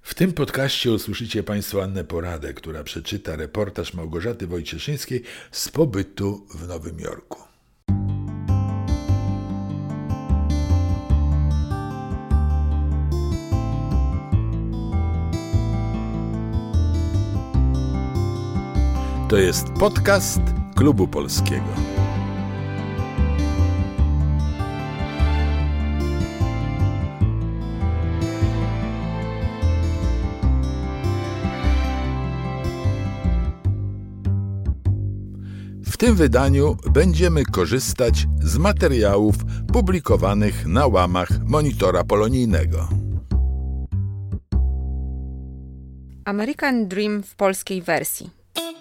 W tym podcaście usłyszycie Państwo Annę Poradę, która przeczyta reportaż Małgorzaty Wojcieszyńskiej z pobytu w Nowym Jorku. To jest podcast Klubu Polskiego. W tym wydaniu będziemy korzystać z materiałów publikowanych na łamach Monitora Polonijnego. American Dream w polskiej wersji.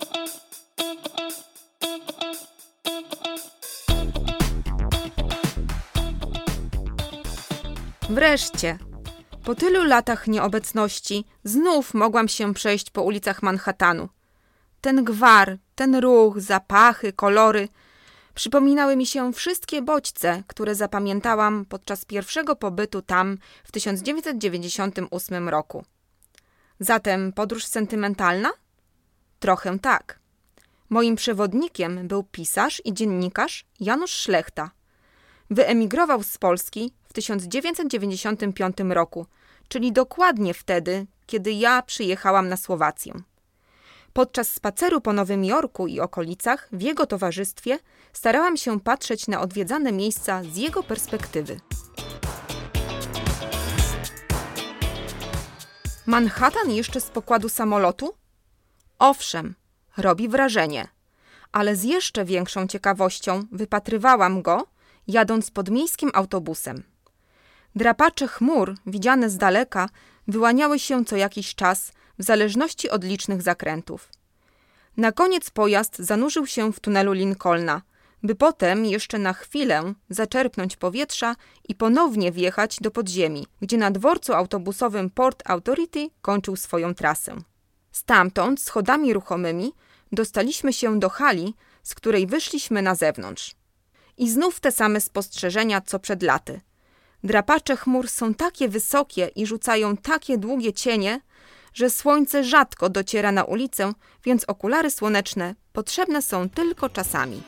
Wreszcie, po tylu latach nieobecności, znów mogłam się przejść po ulicach Manhattanu. Ten gwar, ten ruch, zapachy, kolory przypominały mi się wszystkie bodźce, które zapamiętałam podczas pierwszego pobytu tam w 1998 roku. Zatem podróż sentymentalna? Trochę tak. Moim przewodnikiem był pisarz i dziennikarz Janusz Szlechta. Wyemigrował z Polski w 1995 roku, czyli dokładnie wtedy, kiedy ja przyjechałam na Słowację. Podczas spaceru po Nowym Jorku i okolicach w jego towarzystwie starałam się patrzeć na odwiedzane miejsca z jego perspektywy. Manhattan jeszcze z pokładu samolotu? Owszem, robi wrażenie, ale z jeszcze większą ciekawością wypatrywałam go, jadąc podmiejskim autobusem. Drapacze chmur, widziane z daleka, wyłaniały się co jakiś czas w zależności od licznych zakrętów. Na koniec pojazd zanurzył się w tunelu Lincolna, by potem jeszcze na chwilę zaczerpnąć powietrza i ponownie wjechać do podziemi, gdzie na dworcu autobusowym Port Authority kończył swoją trasę. Stamtąd schodami ruchomymi dostaliśmy się do hali, z której wyszliśmy na zewnątrz. I znów te same spostrzeżenia, co przed laty. Drapacze chmur są takie wysokie i rzucają takie długie cienie, że słońce rzadko dociera na ulicę, więc okulary słoneczne potrzebne są tylko czasami.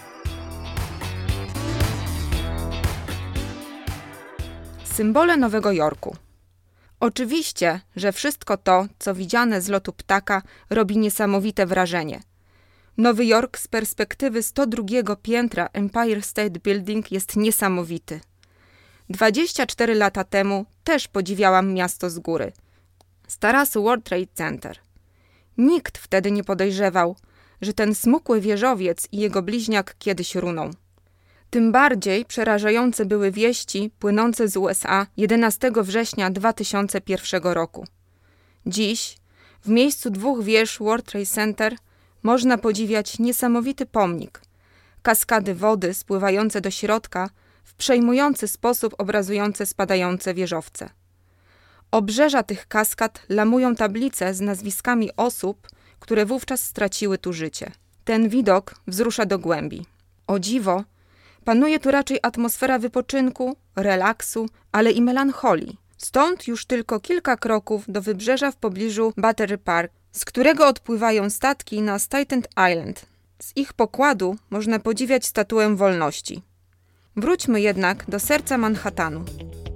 Symbole Nowego Jorku. Oczywiście, że wszystko to, co widziane z lotu ptaka, robi niesamowite wrażenie. Nowy Jork z perspektywy 102 piętra Empire State Building jest niesamowity. 24 lata temu też podziwiałam miasto z góry. Z tarasu World Trade Center. Nikt wtedy nie podejrzewał, że ten smukły wieżowiec i jego bliźniak kiedyś runą. Tym bardziej przerażające były wieści płynące z USA 11 września 2001 roku. Dziś, w miejscu dwóch wież World Trade Center, można podziwiać niesamowity pomnik. Kaskady wody spływające do środka w przejmujący sposób obrazujące spadające wieżowce. Obrzeża tych kaskad lamują tablice z nazwiskami osób, które wówczas straciły tu życie. Ten widok wzrusza do głębi. O dziwo, panuje tu raczej atmosfera wypoczynku, relaksu, ale i melancholii. Stąd już tylko kilka kroków do wybrzeża w pobliżu Battery Park, z którego odpływają statki na Staten Island. Z ich pokładu można podziwiać statuę wolności. Wróćmy jednak do serca Manhattanu.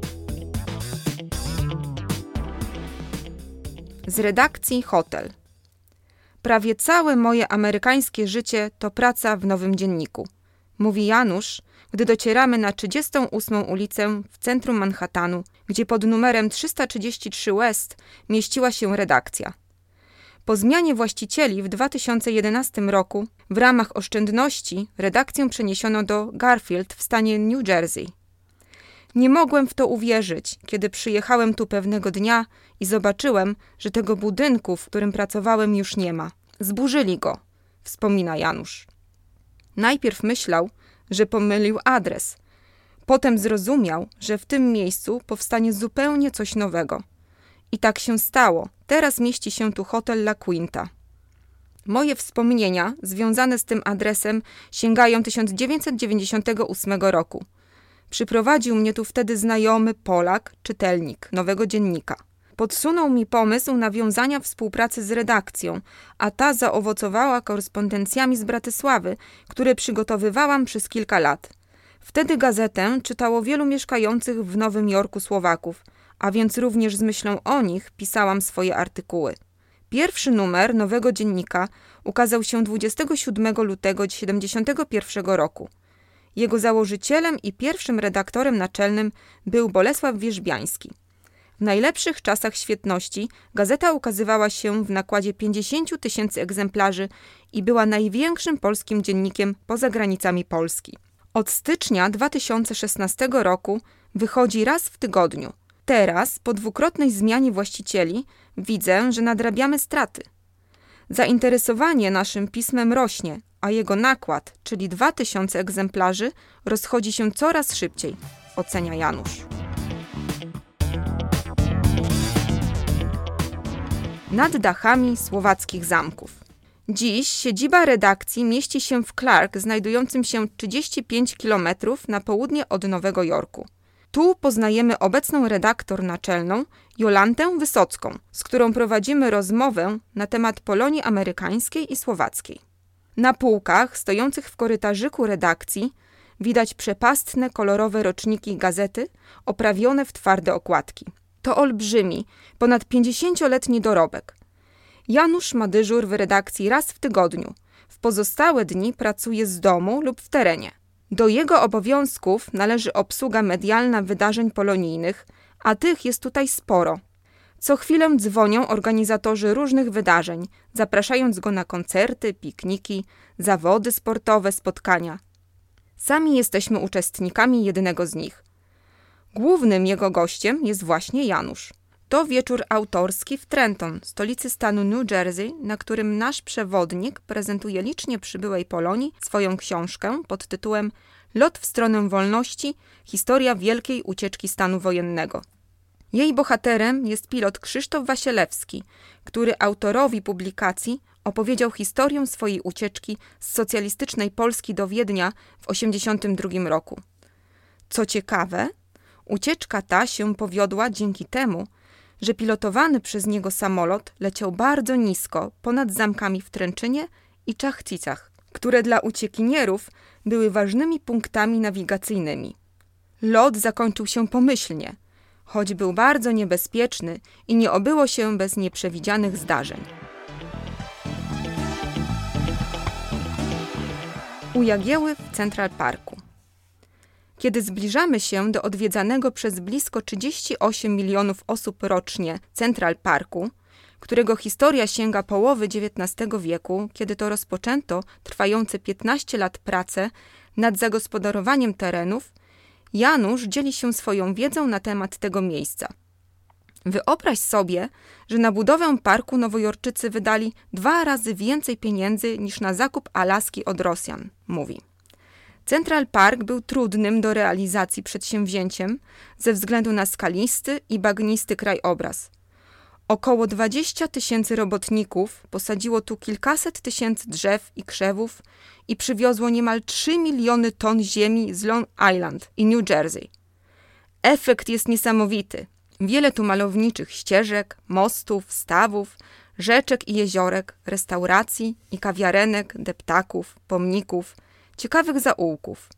Z redakcji hotel. Prawie całe moje amerykańskie życie to praca w Nowym Dzienniku, mówi Janusz, gdy docieramy na 38 ulicę w centrum Manhattanu, gdzie pod numerem 333 West mieściła się redakcja. Po zmianie właścicieli w 2011 roku w ramach oszczędności redakcję przeniesiono do Garfield w stanie New Jersey. Nie mogłem w to uwierzyć, kiedy przyjechałem tu pewnego dnia i zobaczyłem, że tego budynku, w którym pracowałem, już nie ma. Zburzyli go, wspomina Janusz. Najpierw myślał, że pomylił adres. Potem zrozumiał, że w tym miejscu powstanie zupełnie coś nowego. I tak się stało. Teraz mieści się tu hotel La Quinta. Moje wspomnienia związane z tym adresem sięgają 1998 roku. Przyprowadził mnie tu wtedy znajomy Polak, czytelnik Nowego Dziennika. Podsunął mi pomysł nawiązania współpracy z redakcją, a ta zaowocowała korespondencjami z Bratysławy, które przygotowywałam przez kilka lat. Wtedy gazetę czytało wielu mieszkających w Nowym Jorku Słowaków, a więc również z myślą o nich pisałam swoje artykuły. Pierwszy numer Nowego Dziennika ukazał się 27 lutego 1971 roku. Jego założycielem i pierwszym redaktorem naczelnym był Bolesław Wierzbiański. W najlepszych czasach świetności gazeta ukazywała się w nakładzie 50 000 egzemplarzy i była największym polskim dziennikiem poza granicami Polski. Od stycznia 2016 roku wychodzi raz w tygodniu. Teraz, po dwukrotnej zmianie właścicieli, widzę, że nadrabiamy straty. Zainteresowanie naszym pismem rośnie, a jego nakład, czyli 2000 egzemplarzy, rozchodzi się coraz szybciej, ocenia Janusz. Nad dachami słowackich zamków. Dziś siedziba redakcji mieści się w Clark, znajdującym się 35 km na południe od Nowego Jorku. Tu poznajemy obecną redaktor naczelną Jolantę Wysocką, z którą prowadzimy rozmowę na temat Polonii amerykańskiej i słowackiej. Na półkach stojących w korytarzyku redakcji widać przepastne, kolorowe roczniki gazety oprawione w twarde okładki. To olbrzymi, ponad 50-letni dorobek. Janusz ma dyżur w redakcji raz w tygodniu. W pozostałe dni pracuje z domu lub w terenie. Do jego obowiązków należy obsługa medialna wydarzeń polonijnych, a tych jest tutaj sporo. Co chwilę dzwonią organizatorzy różnych wydarzeń, zapraszając go na koncerty, pikniki, zawody sportowe, spotkania. Sami jesteśmy uczestnikami jednego z nich. Głównym jego gościem jest właśnie Janusz. To wieczór autorski w Trenton, stolicy stanu New Jersey, na którym nasz przewodnik prezentuje licznie przybyłej Polonii swoją książkę pod tytułem Lot w stronę wolności – historia wielkiej ucieczki stanu wojennego. Jej bohaterem jest pilot Krzysztof Wasielewski, który autorowi publikacji opowiedział historię swojej ucieczki z socjalistycznej Polski do Wiednia w 1982 roku. Co ciekawe, ucieczka ta się powiodła dzięki temu, że pilotowany przez niego samolot leciał bardzo nisko ponad zamkami w Tręczynie i Czachticach, które dla uciekinierów były ważnymi punktami nawigacyjnymi. Lot zakończył się pomyślnie, choć był bardzo niebezpieczny i nie obyło się bez nieprzewidzianych zdarzeń. U Jagieły w Central Parku. Kiedy zbliżamy się do odwiedzanego przez blisko 38 milionów osób rocznie Central Parku, którego historia sięga połowy XIX wieku, kiedy to rozpoczęto trwające 15 lat prace nad zagospodarowaniem terenów, Janusz dzieli się swoją wiedzą na temat tego miejsca. Wyobraź sobie, że na budowę parku Nowojorczycy wydali 2 razy więcej pieniędzy niż na zakup Alaski od Rosjan, mówi. Central Park był trudnym do realizacji przedsięwzięciem ze względu na skalisty i bagnisty krajobraz. Około 20 000 robotników posadziło tu kilkaset tysięcy drzew i krzewów i przywiozło niemal 3 miliony ton ziemi z Long Island i New Jersey. Efekt jest niesamowity. Wiele tu malowniczych ścieżek, mostów, stawów, rzeczek i jeziorek, restauracji i kawiarenek, deptaków, pomników, ciekawych zaułków.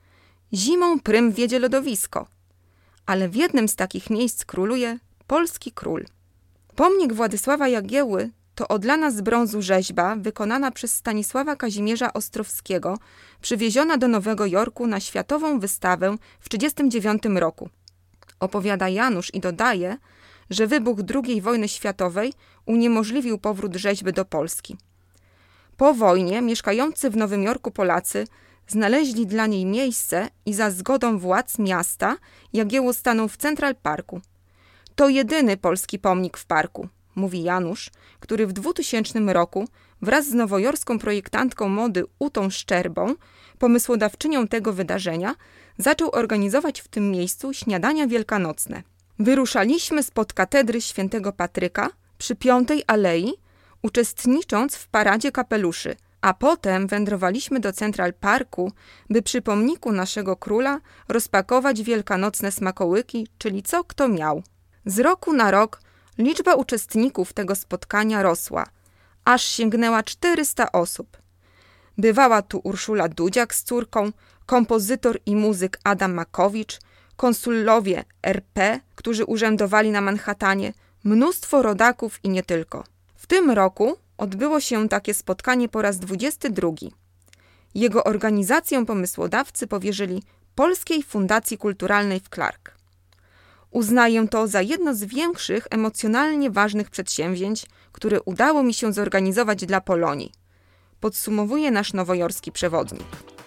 Zimą prym wiedzie lodowisko, ale w jednym z takich miejsc króluje polski król. Pomnik Władysława Jagieły to odlana z brązu rzeźba wykonana przez Stanisława Kazimierza Ostrowskiego, przywieziona do Nowego Jorku na światową wystawę w 1939 roku. Opowiada Janusz i dodaje, że wybuch II wojny światowej uniemożliwił powrót rzeźby do Polski. Po wojnie mieszkający w Nowym Jorku Polacy znaleźli dla niej miejsce i za zgodą władz miasta Jagiełło stanął w Central Parku. To jedyny polski pomnik w parku, mówi Janusz, który w 2000 roku wraz z nowojorską projektantką mody Utą Szczerbą, pomysłodawczynią tego wydarzenia, zaczął organizować w tym miejscu śniadania wielkanocne. Wyruszaliśmy spod katedry świętego Patryka przy 5. Alei, uczestnicząc w paradzie kapeluszy, a potem wędrowaliśmy do Central Parku, by przy pomniku naszego króla rozpakować wielkanocne smakołyki, czyli co kto miał. Z roku na rok Liczba uczestników tego spotkania rosła, aż sięgnęła 400 osób. Bywała tu Urszula Dudziak z córką, kompozytor i muzyk Adam Makowicz, konsulowie RP, którzy urzędowali na Manhattanie, mnóstwo rodaków i nie tylko. W tym roku odbyło się takie spotkanie po raz 22. Jego organizację pomysłodawcy powierzyli Polskiej Fundacji Kulturalnej w Clark. Uznaję to za jedno z większych, emocjonalnie ważnych przedsięwzięć, które udało mi się zorganizować dla Polonii. Podsumowuje nasz nowojorski przewodnik.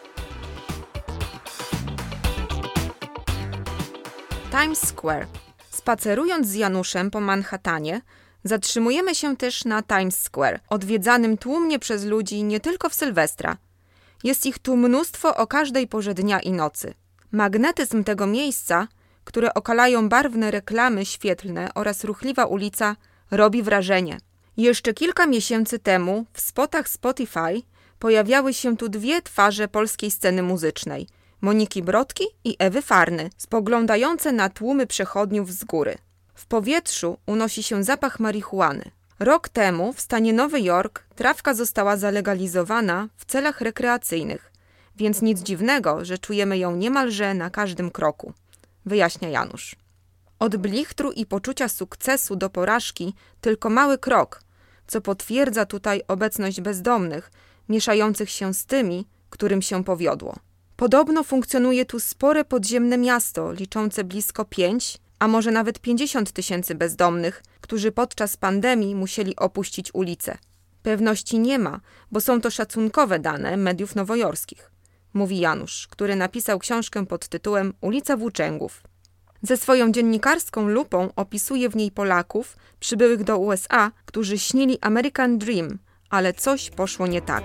Times Square. Spacerując z Januszem po Manhattanie, zatrzymujemy się też na Times Square, odwiedzanym tłumnie przez ludzi nie tylko w Sylwestra. Jest ich tu mnóstwo o każdej porze dnia i nocy. Magnetyzm tego miejsca, które okalają barwne reklamy świetlne oraz ruchliwa ulica, robi wrażenie. Jeszcze kilka miesięcy temu w spotach Spotify pojawiały się tu dwie twarze polskiej sceny muzycznej – Moniki Brodki i Ewy Farny, spoglądające na tłumy przechodniów z góry. W powietrzu unosi się zapach marihuany. Rok temu w stanie Nowy Jork trawka została zalegalizowana w celach rekreacyjnych, więc nic dziwnego, że czujemy ją niemalże na każdym kroku, wyjaśnia Janusz. Od blichtru i poczucia sukcesu do porażki tylko mały krok, co potwierdza tutaj obecność bezdomnych, mieszających się z tymi, którym się powiodło. Podobno funkcjonuje tu spore podziemne miasto, liczące blisko 5, a może nawet 50 tysięcy bezdomnych, którzy podczas pandemii musieli opuścić ulice. Pewności nie ma, bo są to szacunkowe dane mediów nowojorskich, mówi Janusz, który napisał książkę pod tytułem Ulica Włóczęgów. Ze swoją dziennikarską lupą opisuje w niej Polaków przybyłych do USA, którzy śnili American Dream, ale coś poszło nie tak.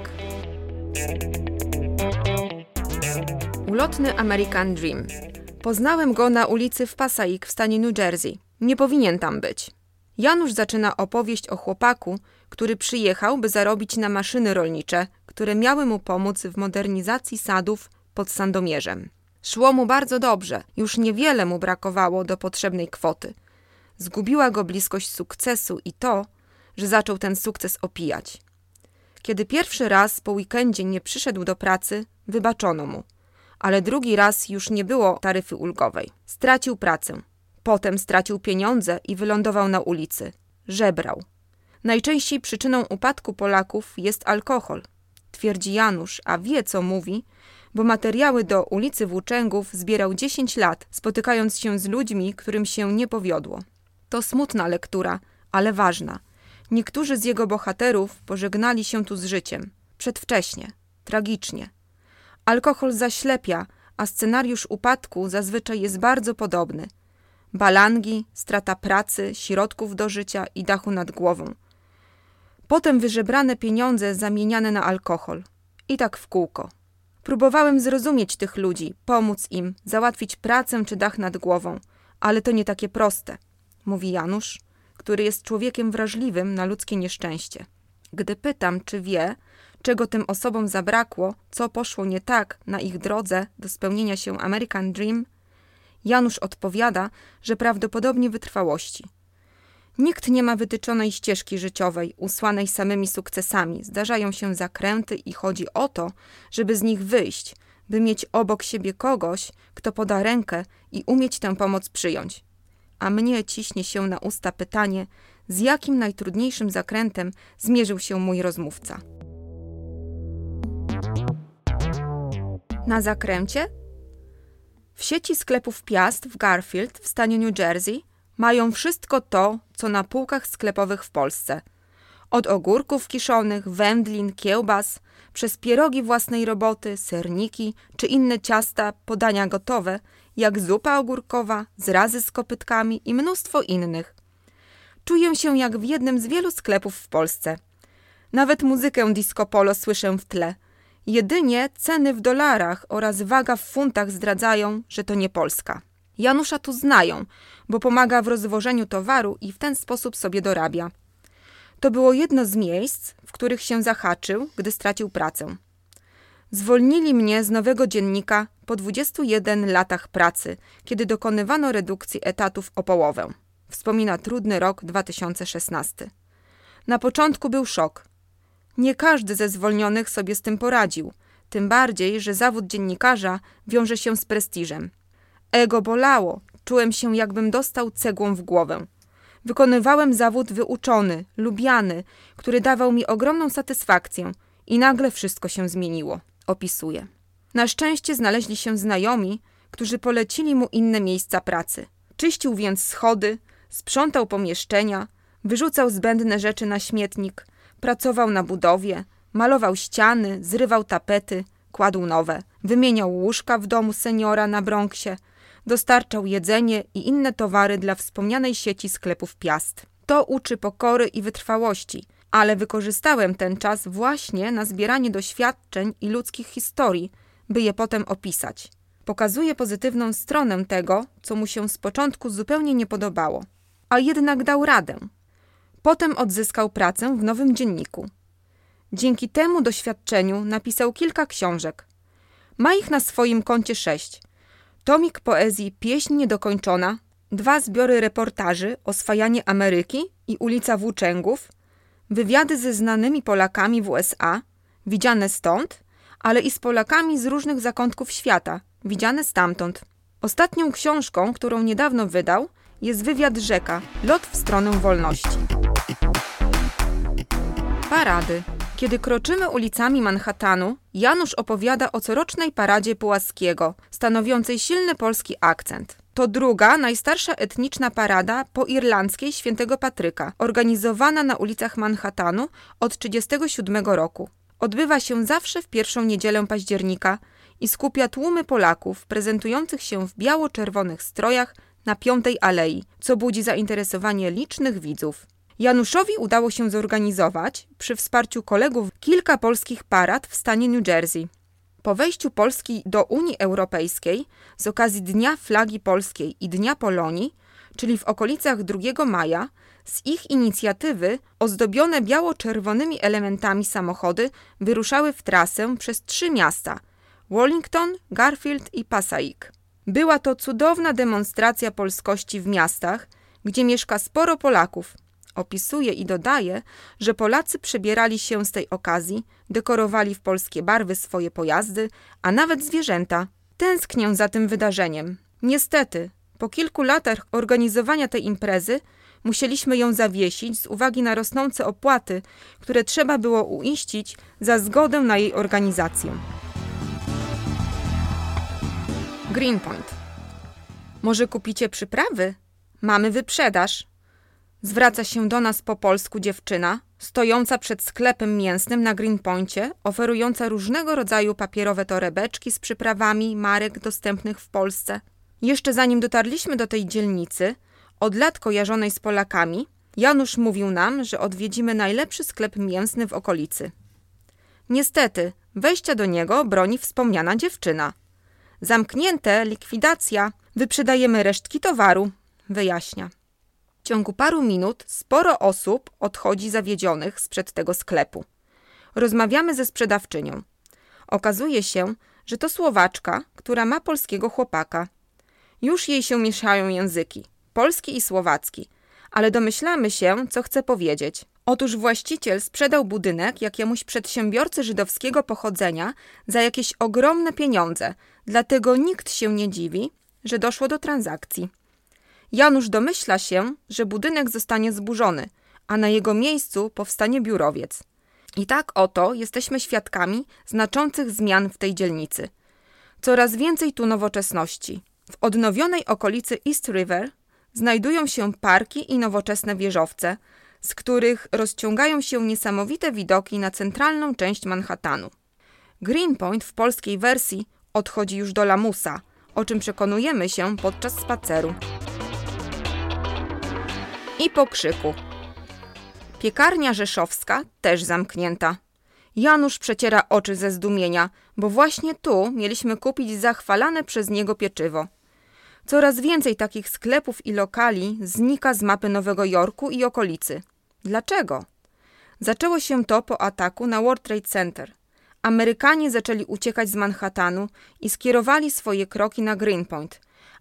Ulotny American Dream. Poznałem go na ulicy w Passaic w stanie New Jersey. Nie powinien tam być. Janusz zaczyna opowieść o chłopaku, który przyjechał, by zarobić na maszyny rolnicze, które miały mu pomóc w modernizacji sadów pod Sandomierzem. Szło mu bardzo dobrze, już niewiele mu brakowało do potrzebnej kwoty. Zgubiła go bliskość sukcesu i to, że zaczął ten sukces opijać. Kiedy pierwszy raz po weekendzie nie przyszedł do pracy, wybaczono mu. Ale drugi raz już nie było taryfy ulgowej. Stracił pracę. Potem stracił pieniądze i wylądował na ulicy. Żebrał. Najczęściej przyczyną upadku Polaków jest alkohol, twierdzi Janusz, a wie, co mówi, bo materiały do ulicy Włóczęgów zbierał 10 lat, spotykając się z ludźmi, którym się nie powiodło. To smutna lektura, ale ważna. Niektórzy z jego bohaterów pożegnali się tu z życiem. Przedwcześnie. Tragicznie. Alkohol zaślepia, a scenariusz upadku zazwyczaj jest bardzo podobny. Balangi, strata pracy, środków do życia i dachu nad głową. Potem wyżebrane pieniądze zamieniane na alkohol. I tak w kółko. Próbowałem zrozumieć tych ludzi, pomóc im, załatwić pracę czy dach nad głową, ale to nie takie proste, mówi Janusz, który jest człowiekiem wrażliwym na ludzkie nieszczęście. Gdy pytam, czy wie, czego tym osobom zabrakło, co poszło nie tak na ich drodze do spełnienia się American Dream, Janusz odpowiada, że prawdopodobnie wytrwałości. Nikt nie ma wytyczonej ścieżki życiowej, usłanej samymi sukcesami. Zdarzają się zakręty i chodzi o to, żeby z nich wyjść, by mieć obok siebie kogoś, kto poda rękę i umieć tę pomoc przyjąć. A mnie ciśnie się na usta pytanie, z jakim najtrudniejszym zakrętem zmierzył się mój rozmówca. Na zakręcie? W sieci sklepów Piast w Garfield w stanie New Jersey mają wszystko to, co na półkach sklepowych w Polsce. Od ogórków kiszonych, wędlin, kiełbas, przez pierogi własnej roboty, serniki czy inne ciasta, podania gotowe, jak zupa ogórkowa, zrazy z kopytkami i mnóstwo innych. Czuję się jak w jednym z wielu sklepów w Polsce. Nawet muzykę disco polo słyszę w tle. Jedynie ceny w dolarach oraz waga w funtach zdradzają, że to nie Polska. Janusza tu znają, bo pomaga w rozwożeniu towaru i w ten sposób sobie dorabia. To było jedno z miejsc, w których się zahaczył, gdy stracił pracę. Zwolnili mnie z nowego dziennika po 21 latach pracy, kiedy dokonywano redukcji etatów o połowę. Wspomina trudny rok 2016. Na początku był szok. Nie każdy ze zwolnionych sobie z tym poradził, tym bardziej, że zawód dziennikarza wiąże się z prestiżem. Ego bolało, czułem się, jakbym dostał cegłą w głowę. Wykonywałem zawód wyuczony, lubiany, który dawał mi ogromną satysfakcję i nagle wszystko się zmieniło, opisuje. Na szczęście znaleźli się znajomi, którzy polecili mu inne miejsca pracy. Czyścił więc schody, sprzątał pomieszczenia, wyrzucał zbędne rzeczy na śmietnik, pracował na budowie, malował ściany, zrywał tapety, kładł nowe, wymieniał łóżka w domu seniora na Bronxie, dostarczał jedzenie i inne towary dla wspomnianej sieci sklepów Piast. To uczy pokory i wytrwałości, ale wykorzystałem ten czas właśnie na zbieranie doświadczeń i ludzkich historii, by je potem opisać. Pokazuje pozytywną stronę tego, co mu się z początku zupełnie nie podobało. A jednak dał radę. Potem odzyskał pracę w nowym dzienniku. Dzięki temu doświadczeniu napisał kilka książek. Ma ich na swoim koncie 6. Tomik poezji Pieśń niedokończona, 2 zbiory reportaży Oswajanie Ameryki i Ulica Włóczęgów, wywiady ze znanymi Polakami w USA, widziane stąd, ale i z Polakami z różnych zakątków świata, widziane stamtąd. Ostatnią książką, którą niedawno wydał, jest wywiad Rzeka, lot w stronę wolności. Parady. Kiedy kroczymy ulicami Manhattanu, Janusz opowiada o corocznej paradzie Pułaskiego, stanowiącej silny polski akcent. To druga, najstarsza etniczna parada po irlandzkiej Świętego Patryka, organizowana na ulicach Manhattanu od 1937 roku. Odbywa się zawsze w pierwszą niedzielę października i skupia tłumy Polaków prezentujących się w biało-czerwonych strojach na Piątej Alei, co budzi zainteresowanie licznych widzów. Januszowi udało się zorganizować, przy wsparciu kolegów, kilka polskich parad w stanie New Jersey. Po wejściu Polski do Unii Europejskiej z okazji Dnia Flagi Polskiej i Dnia Polonii, czyli w okolicach 2 maja, z ich inicjatywy ozdobione biało-czerwonymi elementami samochody wyruszały w trasę przez 3 miasta – Wallington, Garfield i Passaic. Była to cudowna demonstracja polskości w miastach, gdzie mieszka sporo Polaków. Opisuje i dodaje, że Polacy przebierali się z tej okazji, dekorowali w polskie barwy swoje pojazdy, a nawet zwierzęta. Tęsknię za tym wydarzeniem. Niestety, po kilku latach organizowania tej imprezy musieliśmy ją zawiesić z uwagi na rosnące opłaty, które trzeba było uiścić za zgodę na jej organizację. Greenpoint. Może kupicie przyprawy? Mamy wyprzedaż. Zwraca się do nas po polsku dziewczyna, stojąca przed sklepem mięsnym na Greenpoincie, oferująca różnego rodzaju papierowe torebeczki z przyprawami marek dostępnych w Polsce. Jeszcze zanim dotarliśmy do tej dzielnicy, od lat kojarzonej z Polakami, Janusz mówił nam, że odwiedzimy najlepszy sklep mięsny w okolicy. Niestety, wejścia do niego broni wspomniana dziewczyna. Zamknięte, likwidacja, wyprzedajemy resztki towaru, wyjaśnia. W ciągu paru minut sporo osób odchodzi zawiedzionych sprzed tego sklepu. Rozmawiamy ze sprzedawczynią. Okazuje się, że to Słowaczka, która ma polskiego chłopaka. Już jej się mieszają języki, polski i słowacki, ale domyślamy się, co chce powiedzieć. Otóż właściciel sprzedał budynek jakiemuś przedsiębiorcy żydowskiego pochodzenia za jakieś ogromne pieniądze, dlatego nikt się nie dziwi, że doszło do transakcji. Janusz domyśla się, że budynek zostanie zburzony, a na jego miejscu powstanie biurowiec. I tak oto jesteśmy świadkami znaczących zmian w tej dzielnicy. Coraz więcej tu nowoczesności. W odnowionej okolicy East River znajdują się parki i nowoczesne wieżowce, z których rozciągają się niesamowite widoki na centralną część Manhattanu. Greenpoint w polskiej wersji odchodzi już do lamusa, o czym przekonujemy się podczas spaceru. I po krzyku. Piekarnia rzeszowska też zamknięta. Janusz przeciera oczy ze zdumienia, bo właśnie tu mieliśmy kupić zachwalane przez niego pieczywo. Coraz więcej takich sklepów i lokali znika z mapy Nowego Jorku i okolicy. Dlaczego? Zaczęło się to po ataku na World Trade Center. Amerykanie zaczęli uciekać z Manhattanu i skierowali swoje kroki na Greenpoint,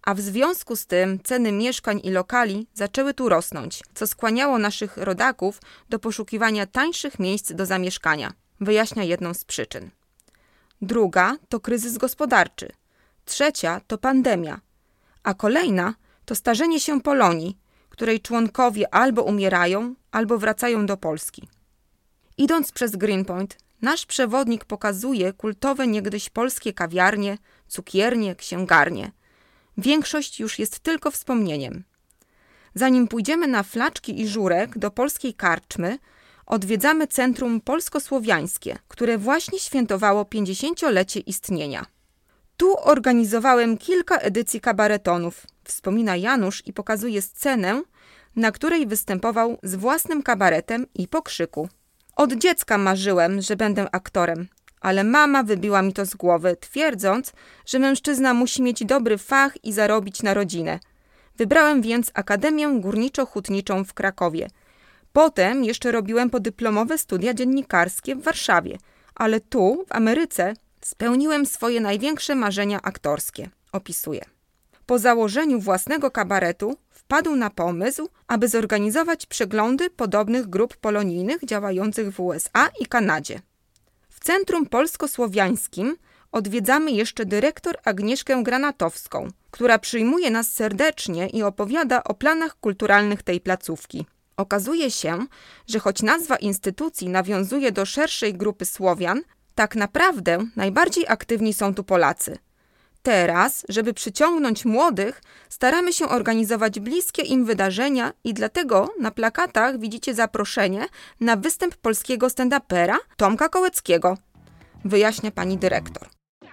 a w związku z tym ceny mieszkań i lokali zaczęły tu rosnąć, co skłaniało naszych rodaków do poszukiwania tańszych miejsc do zamieszkania, wyjaśnia jedną z przyczyn. Druga to kryzys gospodarczy, trzecia to pandemia, a kolejna to starzenie się Polonii, której członkowie albo umierają, albo wracają do Polski. Idąc przez Greenpoint, nasz przewodnik pokazuje kultowe niegdyś polskie kawiarnie, cukiernie, księgarnie. Większość już jest tylko wspomnieniem. Zanim pójdziemy na flaczki i żurek do polskiej karczmy, odwiedzamy Centrum Polsko-Słowiańskie, które właśnie świętowało 50-lecie istnienia. Tu organizowałem kilka edycji kabaretonów, wspomina Janusz i pokazuje scenę, na której występował z własnym kabaretem i po krzyku. Od dziecka marzyłem, że będę aktorem, ale mama wybiła mi to z głowy, twierdząc, że mężczyzna musi mieć dobry fach i zarobić na rodzinę. Wybrałem więc Akademię Górniczo-Hutniczą w Krakowie. Potem jeszcze robiłem podyplomowe studia dziennikarskie w Warszawie, ale tu, w Ameryce, spełniłem swoje największe marzenia aktorskie, opisuje. Po założeniu własnego kabaretu wpadł na pomysł, aby zorganizować przeglądy podobnych grup polonijnych działających w USA i Kanadzie. W Centrum Polsko-Słowiańskim odwiedzamy jeszcze dyrektor Agnieszkę Granatowską, która przyjmuje nas serdecznie i opowiada o planach kulturalnych tej placówki. Okazuje się, że choć nazwa instytucji nawiązuje do szerszej grupy Słowian, tak naprawdę najbardziej aktywni są tu Polacy. Teraz, żeby przyciągnąć młodych, staramy się organizować bliskie im wydarzenia i dlatego na plakatach widzicie zaproszenie na występ polskiego stand-upera Tomka Kołeckiego, wyjaśnia pani dyrektor.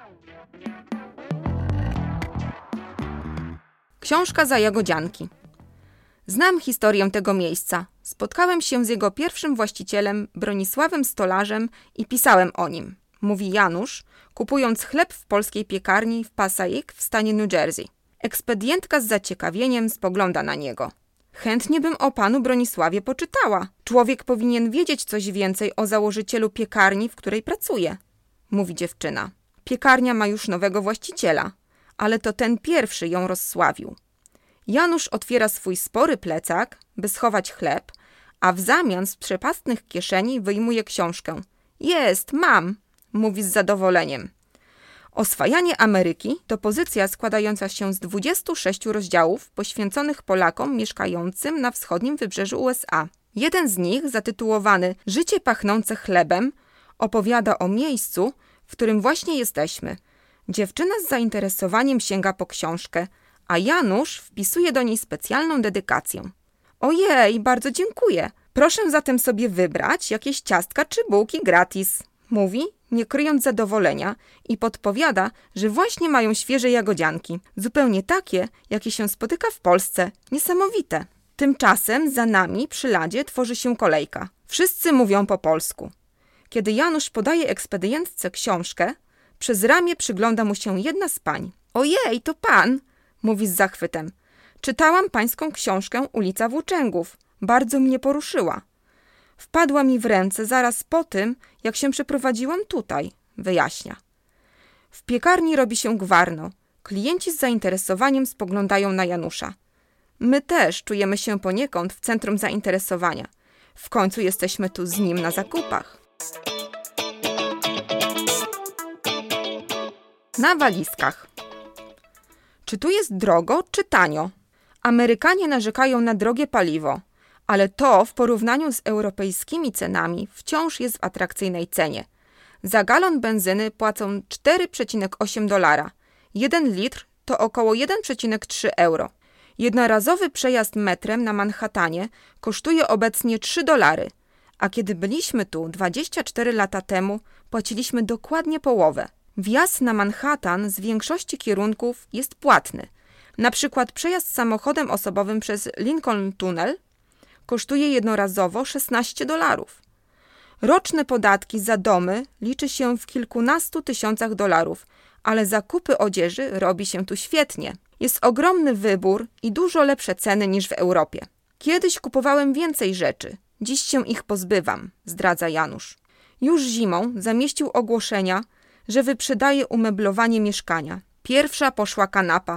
Książka za Jagodzianki. Znam historię tego miejsca. Spotkałem się z jego pierwszym właścicielem, Bronisławem Stolarzem i pisałem o nim, mówi Janusz, kupując chleb w polskiej piekarni w Passaic w stanie New Jersey. Ekspedientka z zaciekawieniem spogląda na niego. Chętnie bym o panu Bronisławie poczytała. Człowiek powinien wiedzieć coś więcej o założycielu piekarni, w której pracuje, mówi dziewczyna. Piekarnia ma już nowego właściciela, ale to ten pierwszy ją rozsławił. Janusz otwiera swój spory plecak, by schować chleb, a w zamian z przepastnych kieszeni wyjmuje książkę. Jest, mam, mówi z zadowoleniem. Oswajanie Ameryki to pozycja składająca się z 26 rozdziałów poświęconych Polakom mieszkającym na wschodnim wybrzeżu USA. Jeden z nich, zatytułowany Życie pachnące chlebem, opowiada o miejscu, w którym właśnie jesteśmy. Dziewczyna z zainteresowaniem sięga po książkę, a Janusz wpisuje do niej specjalną dedykację. Ojej, bardzo dziękuję. Proszę zatem sobie wybrać jakieś ciastka czy bułki gratis, mówi, nie kryjąc zadowolenia i podpowiada, że właśnie mają świeże jagodzianki. Zupełnie takie, jakie się spotyka w Polsce. Niesamowite. Tymczasem za nami przy ladzie tworzy się kolejka. Wszyscy mówią po polsku. Kiedy Janusz podaje ekspedientce książkę, przez ramię przygląda mu się jedna z pań. Ojej, to pan, mówi z zachwytem. Czytałam pańską książkę Ulica Włóczęgów. Bardzo mnie poruszyła. Wpadła mi w ręce zaraz po tym, jak się przeprowadziłam tutaj, wyjaśnia. W piekarni robi się gwarno. Klienci z zainteresowaniem spoglądają na Janusza. My też czujemy się poniekąd w centrum zainteresowania. W końcu jesteśmy tu z nim na zakupach. Na walizkach. Czy tu jest drogo, czy tanio? Amerykanie narzekają na drogie paliwo, ale to w porównaniu z europejskimi cenami wciąż jest w atrakcyjnej cenie. Za galon benzyny płacą $4,8. 1 litr to około 1,3 euro. Jednorazowy przejazd metrem na Manhattanie kosztuje obecnie $3, a kiedy byliśmy tu 24 lata temu, płaciliśmy dokładnie połowę. Wjazd na Manhattan z większości kierunków jest płatny. Na przykład przejazd samochodem osobowym przez Lincoln Tunnel kosztuje jednorazowo $16. Roczne podatki za domy liczy się w kilkunastu tysiącach dolarów, ale zakupy odzieży robi się tu świetnie. Jest ogromny wybór i dużo lepsze ceny niż w Europie. Kiedyś kupowałem więcej rzeczy, dziś się ich pozbywam, zdradza Janusz. Już zimą zamieścił ogłoszenia, że wyprzedaje umeblowanie mieszkania. Pierwsza poszła kanapa,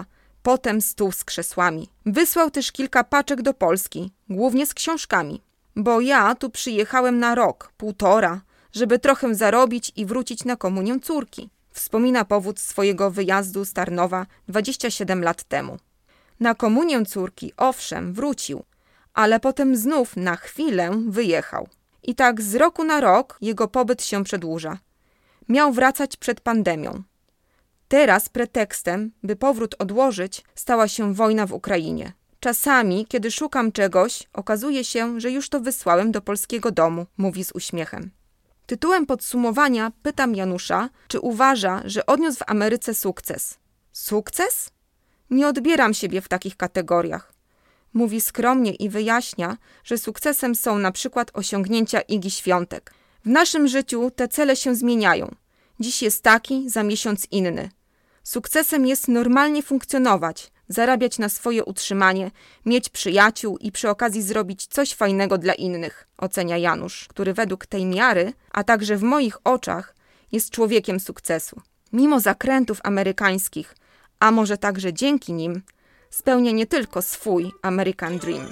potem stół z krzesłami. Wysłał też kilka paczek do Polski, głównie z książkami. Bo ja tu przyjechałem na rok, 1,5, żeby trochę zarobić i wrócić na komunię córki. Wspomina powód swojego wyjazdu z Tarnowa 27 lat temu. Na komunię córki, owszem, wrócił, ale potem znów na chwilę wyjechał. I tak z roku na rok jego pobyt się przedłuża. Miał wracać przed pandemią. Teraz pretekstem, by powrót odłożyć, stała się wojna w Ukrainie. Czasami, kiedy szukam czegoś, okazuje się, że już to wysłałem do polskiego domu, mówi z uśmiechem. Tytułem podsumowania pytam Janusza, czy uważa, że odniósł w Ameryce sukces. Sukces? Nie odbieram siebie w takich kategoriach. Mówi skromnie i wyjaśnia, że sukcesem są na przykład osiągnięcia Igi Świątek. W naszym życiu te cele się zmieniają. Dziś jest taki, za miesiąc inny. Sukcesem jest normalnie funkcjonować, zarabiać na swoje utrzymanie, mieć przyjaciół i przy okazji zrobić coś fajnego dla innych, ocenia Janusz, który według tej miary, a także w moich oczach, jest człowiekiem sukcesu. Mimo zakrętów amerykańskich, a może także dzięki nim, spełnia nie tylko swój American Dream.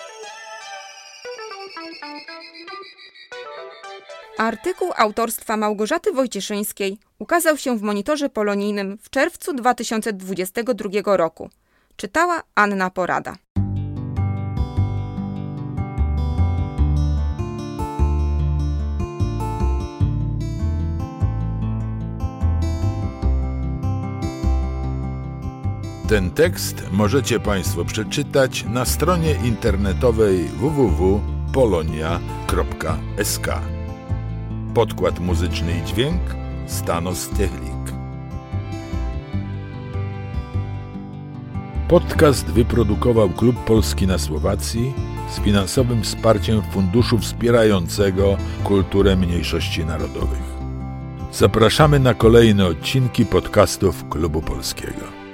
Artykuł autorstwa Małgorzaty Wojcieszyńskiej ukazał się w Monitorze Polonijnym w czerwcu 2022 roku. Czytała Anna Porada. Ten tekst możecie Państwo przeczytać na stronie internetowej www.polonia.sk. Podkład muzyczny i dźwięk Stanos Technik. Podcast wyprodukował Klub Polski na Słowacji z finansowym wsparciem Funduszu Wspierającego Kulturę Mniejszości Narodowych. Zapraszamy na kolejne odcinki podcastów Klubu Polskiego.